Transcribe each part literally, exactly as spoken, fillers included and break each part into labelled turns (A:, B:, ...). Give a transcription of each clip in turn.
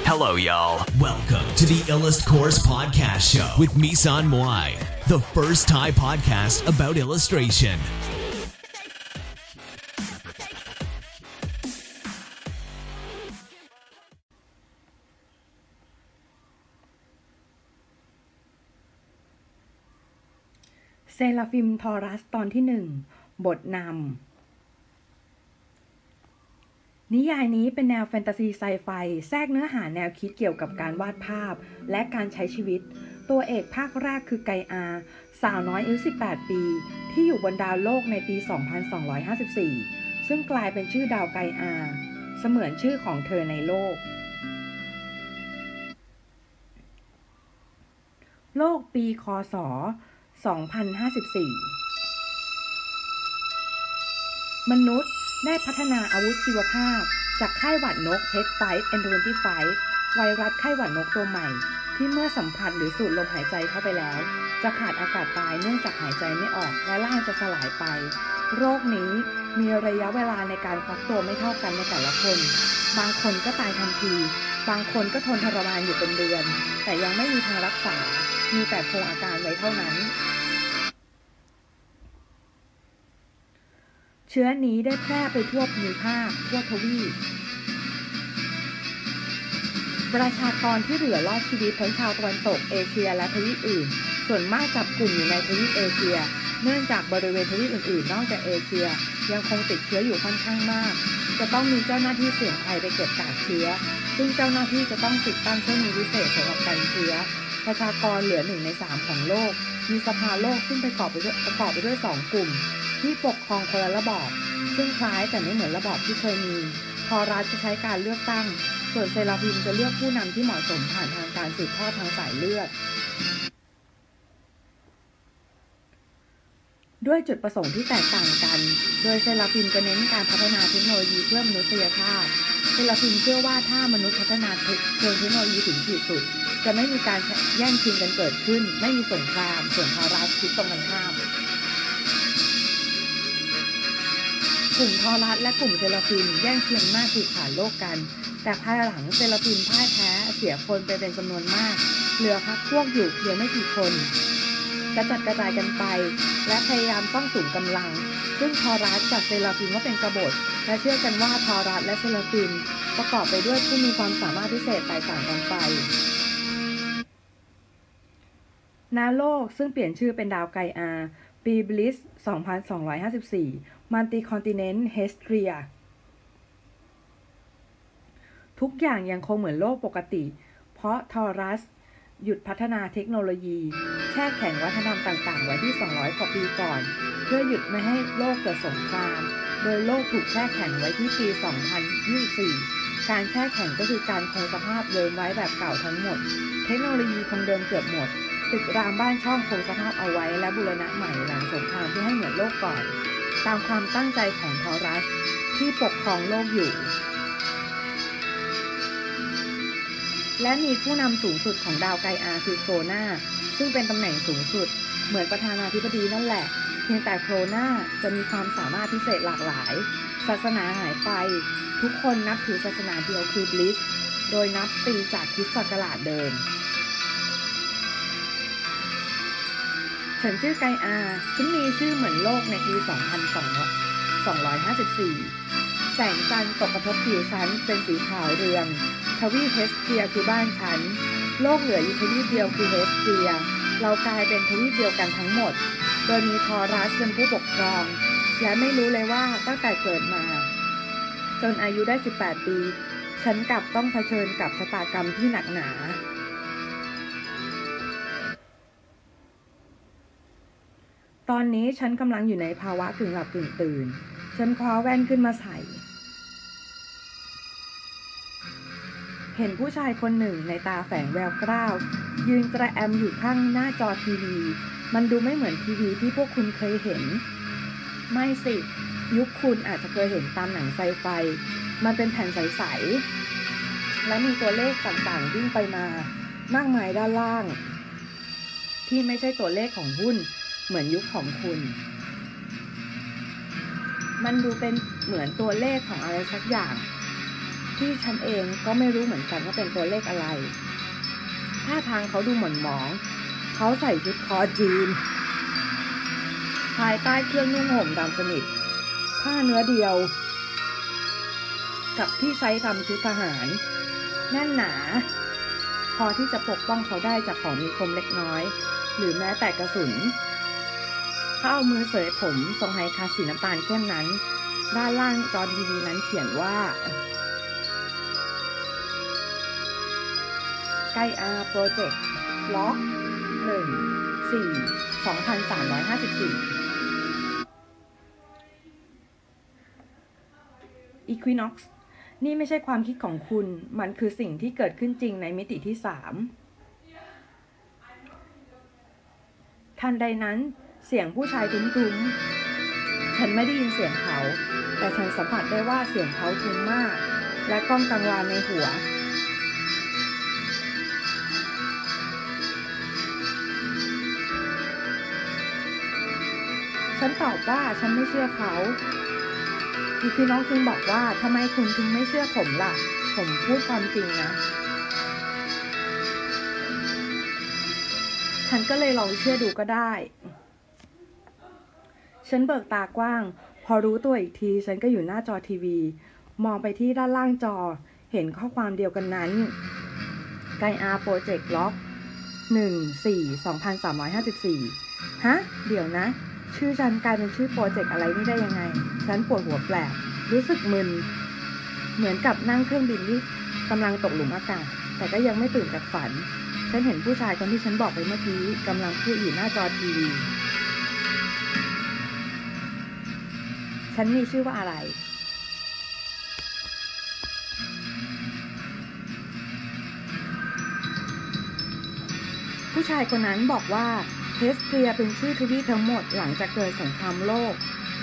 A: Hello, y'all.
B: Welcome to the Illust Course Podcast Show with Misan Moai, the first Thai podcast about illustration.
C: เซราฟิมทอรัสตอนที่หนึ่งบทนำนิยายนี้เป็นแนวแฟนตาซีไซไฟแทรกเนื้อหาแนวคิดเกี่ยวกับการวาดภาพและการใช้ชีวิตตัวเอกภาคแรกคือไกอาสาวน้อยอายุสิบแปดปีที่อยู่บนดาวโลกในปีสองพันสองร้อยห้าสิบสี่ซึ่งกลายเป็นชื่อดาวไกอาเสมือนชื่อของเธอในโลกโลกปีค.ศ. สองพันห้าสิบสี่มนุษย์ได้พัฒนาอาวุธชีวภาพจากไข้หวัดนก เอช ไฟว์ เอ็น ยี่สิบห้า ไวรัสไข้หวัดนกตัวใหม่ที่เมื่อสัมผัสหรือสูดลมหายใจเข้าไปแล้วจะขาดอากาศตายเนื่องจากหายใจไม่ออกและร่างจะสลายไปโรคนี้มีระยะเวลาในการฟักตัวไม่เท่ากันในแต่ละคนบางคนก็ตายทันทีบางคนก็ทนทรมานอยู่เป็นเดือนแต่ยังไม่มีทางรักษามีแต่คงอาการไว้เท่านั้นเชื้อนี้ได้แพร่ไปทั่วภูมิภาคทั่วทวีปประชากรที่เหลือรอดชีวิตทั้งชาวตะวันตกเอเชียและทวีปอื่นส่วนมากจับกลุ่มอยู่ในทวีปเอเชียเนื่องจากบริเวณทวีปอื่นๆนอกจากเอเชียยังคงติดเชื้ออยู่ค่อนข้างมากจะต้องมีเจ้าหน้าที่เสี่ยงภัยไปเก็บกักเชื้อซึ่งเจ้าหน้าที่จะต้องติดตั้งเครื่องมือพิเศษสำหรับกันเชื้อประชากรเหลือหนึ่งในสามของโลกมีสภาโลกซึ่งประกอบไปด้วยประกอบไปด้วยสองกลุ่มที่ปกครองคนละระบอบซึ่งคล้ายแต่ไม่เหมือนระบอบที่เคยมีทอรัสจะใช้การเลือกตั้งส่วนเซราฟิมจะเลือกผู้นำที่เหมาะสมผ่านทางการสืบทอดทางสายเลือดด้วยจุดประสงค์ที่แตกต่างกันโดยเซราฟิมจะเน้นการพัฒนาเทคโนโลยีเพื่อมนุษยชาติเซราฟิมเชื่อว่าถ้ามนุษย์พัฒนาเชิงเทคโนโลยีถึงขีดสุดจะไม่มีการแย่งชิงกันเกิดขึ้นไม่มีสงครามส่วนทอรัสคิดตรงกันข้ามกลุ่มทอรัสและกลุ่มเซราฟิมแย่งชิงอำนาจผูกขาดโลกกันแต่ภายหลังเซราฟิมพ่ายแพ้เสียคนไปเป็นจำนวนมากเหลือพรรคพวกอยู่เพียงไม่กี่คนกระจัดกระจายกันไปและพยายามซ่องสุมกำลังซึ่งทอรัสจัดเซราฟิมว่าเป็นกบฏและเชื่อกันว่าทอรัสและเซราฟิมประกอบไปด้วยผู้มีความสามารถพิเศษแตกต่างกันไปณโลกซึ่งเปลี่ยนชื่อเป็นดาวไกอาปีบลิสสองพันสองร้อยห้าสิบสี่มัลติคอนติเนนต์เฮสเทียทุกอย่างยังคงเหมือนโลกปกติเพราะทอรัสหยุดพัฒนาเทคโนโลยีแช่แข็งวัฒนธรรมต่างๆไว้ที่สองร้อยกว่าปีก่อนเพื่อหยุดไม่ให้โลกเกิดสงครามโดยโลกถูกแช่แข็งไว้ที่ปีสองพันยี่สิบสี่การแช่แข็งก็คือการคงสภาพเดิมไว้แบบเก่าทั้งหมดเทคโนโลยีคงเดิมเกือบหมดตึกรามบ้านช่องคงสภาพเอาไว้และบูรณะใหม่หลังสงครามเพื่อให้เหมือนโลกก่อนตามความตั้งใจของทอรัสที่ปกครองโลกอยู่และมีผู้นำสูงสุดของดาวไกอาคือโครนาซึ่งเป็นตำแหน่งสูงสุดเหมือนประธานาธิบดีนั่นแหละเพียงแต่โครนาจะมีความสามารถพิเศษหลากหลายศาสนาหายไปทุกคนนับถือศาสนาเดียวคือบลิสโดยนับปีจากคริสตศักราชเดิมฉันชื่อไกอาฉันมีชื่อเหมือนโลกในปีสองพันสองร้อยห้าสิบสี่แสงจันทร์ตกกระทบผิวฉันเป็นสีขาวเรืองทวีปเฮสเทียคือบ้านฉันโลกเหลืออยู่ทวีปเดียวคือเฮสเทียเรากลายเป็นทวีปเดียวกันทั้งหมดโดยมีทอรัสเป็นผู้ปกครองและไม่รู้เลยว่าตั้งแต่เกิดมาจนอายุได้สิบแปดปีฉันกลับต้องเผชิญกับชะตากรรมที่หนักหนาตอนนี้ฉันกำลังอยู่ในภาวะกึ่งหลับกึ่งตื่นฉันคว้าแว่นขึ้นมาใส่เห็นผู้ชายคนหนึ่งในตาแฝงแววกล้าวยืนกระแอมอยู่ข้างหน้าจอทีวีมันดูไม่เหมือนทีวีที่พวกคุณเคยเห็นไม่สิยุคคุณอาจจะเคยเห็นตามหนังไซไฟมันเป็นแผ่นใสๆและมีตัวเลขต่างๆวิ่งไปมามากมายด้านล่างที่ไม่ใช่ตัวเลขของหุ้นเหมือนยุคของคุณมันดูเป็นเหมือนตัวเลขของอะไรสักอย่างที่ฉันเองก็ไม่รู้เหมือนกันว่าเป็นตัวเลขอะไรท่าทางเขาดูหม่นหมองเขาใส่ชุดคอจีนภายใต้เครื่องนุ่งห่มดำสนิทผ้าเนื้อเดียวกับที่ใช้ทำชุดทหารแน่นหนาพอที่จะปกป้องเขาได้จากของมีคมเล็กน้อยหรือแม้แต่กระสุนเขาเอามือเสยผมทรงไฮคาสีน้ำตาลเข้มนั้นด้านล่างจอทีวีนั้นเขียนว่าไกอาโปรเจกต์ล็อกหนึ่ง สี่ สองพันสามร้อยห้าสิบสี่ Equinox นี่ไม่ใช่ความคิดของคุณมันคือสิ่งที่เกิดขึ้นจริงในมิติที่สามทันใดนั้นเสียงผู้ชายทุ้มๆฉันไม่ได้ยินเสียงเขาแต่ฉันสัมผัสได้ว่าเสียงเขาทุ้มมากและก้องกังวานในหัวฉันตอบว่าฉันไม่เชื่อเขาอีคือน้องจึงบอกว่าทำไมคุณถึงไม่เชื่อผมล่ะผมพูดความจริงนะฉันก็เลยลองเชื่อดูก็ได้ฉันเบิกตากว้างพอรู้ตัวอีกทีฉันก็อยู่หน้าจอทีวีมองไปที่ด้านล่างจอเห็นข้อความเดียวกันนั้นไกอาโปรเจกต์ล็อกหนึ่ง สี่ สองพันสามร้อยห้าสิบสี่ฮะเดี๋ยวนะชื่อฉันกลายเป็นชื่อโปรเจกต์อะไรนี่ได้ยังไงฉันปวดหัวแปลกรู้สึกมึนเหมือนกับนั่งเครื่องบินที่กำลังตกหลุมอากาศแต่ก็ยังไม่ตื่นจากฝันฉันเห็นผู้ชายคนที่ฉันบอกไปเมื่อกี้กำลังพูดอยู่หน้าจอทีวีฉันมีชื่อว่าอะไรผู้ชายคนนั้นบอกว่าเทสเทียเป็นชื่อทวีปทั้งหมดหลังจากเกิดสงครามโลก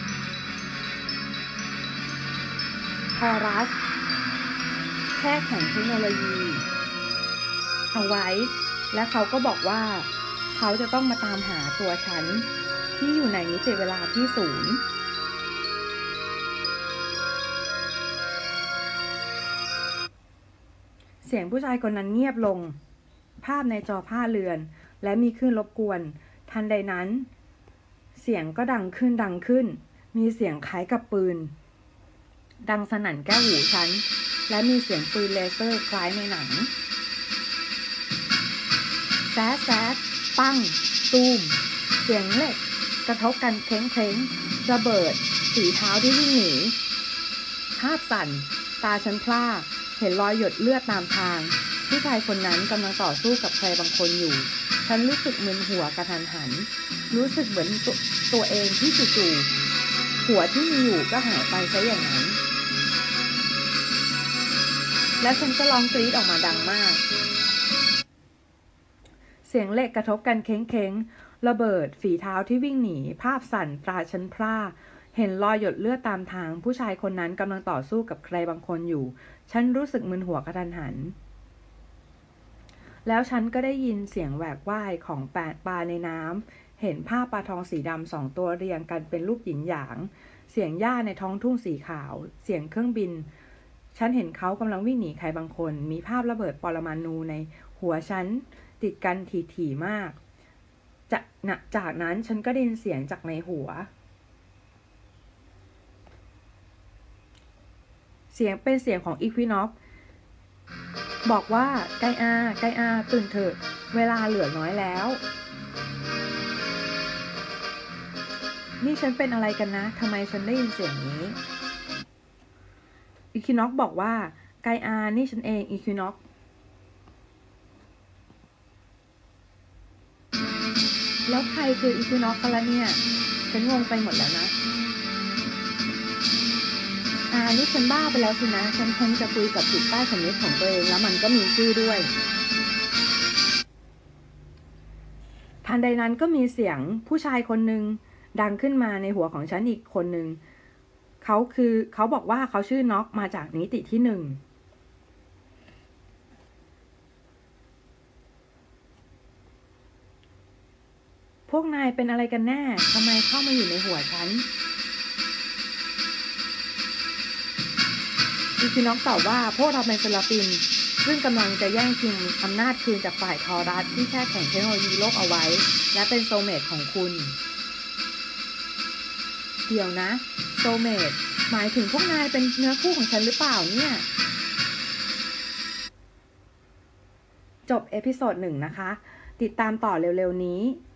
C: ทอรัสแช่แข็งเทคโนโลยีเอาไว้และเขาก็บอกว่าเขาจะต้องมาตามหาตัวฉันที่อยู่ในมิติเวลาที่ศูนย์เสียงผู้ชายคนนั้นเงียบลงภาพในจอผ้าเรือนและมีคลื่นรบกวนทันใดนั้นเสียงก็ดังขึ้นดังขึ้นมีเสียงคล้ายกับปืนดังสนั่นแก้วหูฉันและมีเสียงปืนเลเซอร์คล้ายในหนังแซดแซดปังตูมเสียงเหล็กกระทบกันเคร้งเคร้งระเบิดฝีเท้าที่วิ่งหนีภาพสั่นตาฉันพร่าเห็นรอยหยดเลือดตามทางผู้ชายคนนั้นกำลังต่อสู้กับใครบางคนอยู่ฉันรู้สึกมึนหัวกระทันหันรู้สึกเหมือนตตัวเองที่จู่ๆหัวที่มีอยู่ก็หายไปซะอย่างนั้นและฉันก็ร้องกรี๊ดออกมาดังมากเสียงเหล็กกระทบกันเค้งๆระเบิดฝีเท้าที่วิ่งหนีภาพสั่นตาฉันพร่าเห็นรอยหยดเลือดตามทางผู้ชายคนนั้นกำลังต่อสู้กับใครบางคนอยู่ฉันรู้สึกมึนหัวกระทันหันแล้วฉันก็ได้ยินเสียงแหวกว่ายของแปดปลาในน้ำเห็นภาพปลาทองสีดำสองตัวเรียงกันเป็นรูปหยินหยางเสียงหญ้าในท้องทุ่งสีขาวเสียงเครื่องบินฉันเห็นเขากำลังวิ่งหนีใครบางคนมีภาพระเบิดปรมาณูในหัวฉันติดกันถี่ๆมากจากจากนั้นฉันก็ได้ยินเสียงจากในหัวเสียงเป็นเสียงของ Equinox บอกว่าไกอาไกอาตื่นเถอะเวลาเหลือน้อยแล้วนี่ฉันเป็นอะไรกันนะทำไมฉันได้ยินเสียงนี้ Equinox บอกว่าไกอานี่ฉันเอง Equinox แล้วใครคือ Equinox กันละเนี่ยฉันงงไปหมดแล้วนะอ่านี่ฉันบ้าไปแล้วสินะฉันคงจะคุยกับจิตใต้สำนึกของตัวเองแล้วมันก็มีชื่อด้วยทันใดนั้นก็มีเสียงผู้ชายคนหนึ่งดังขึ้นมาในหัวของฉันอีกคนหนึ่งเขาคือเขาบอกว่าเขาชื่อน็อกมาจากนิติที่หนึ่งพวกนายเป็นอะไรกันแน่ทำไมเข้ามาอยู่ในหัวฉันอีคิน็อกตอบว่าพวกเราเป็นเซราฟิมซึ่งกำลังจะแย่งชิงอำนาจคืนจากฝ่ายทอรัสที่แช่แข็งเทคโนโลยีโลกเอาไว้และเป็นโซลเมทของคุณเดี๋ยวนะโซลเมทหมายถึงพวกนายเป็นเนื้อคู่ของฉันหรือเปล่าเนี่ยจบเอพิโซดหนึ่งนะคะติดตามต่อเร็วๆนี้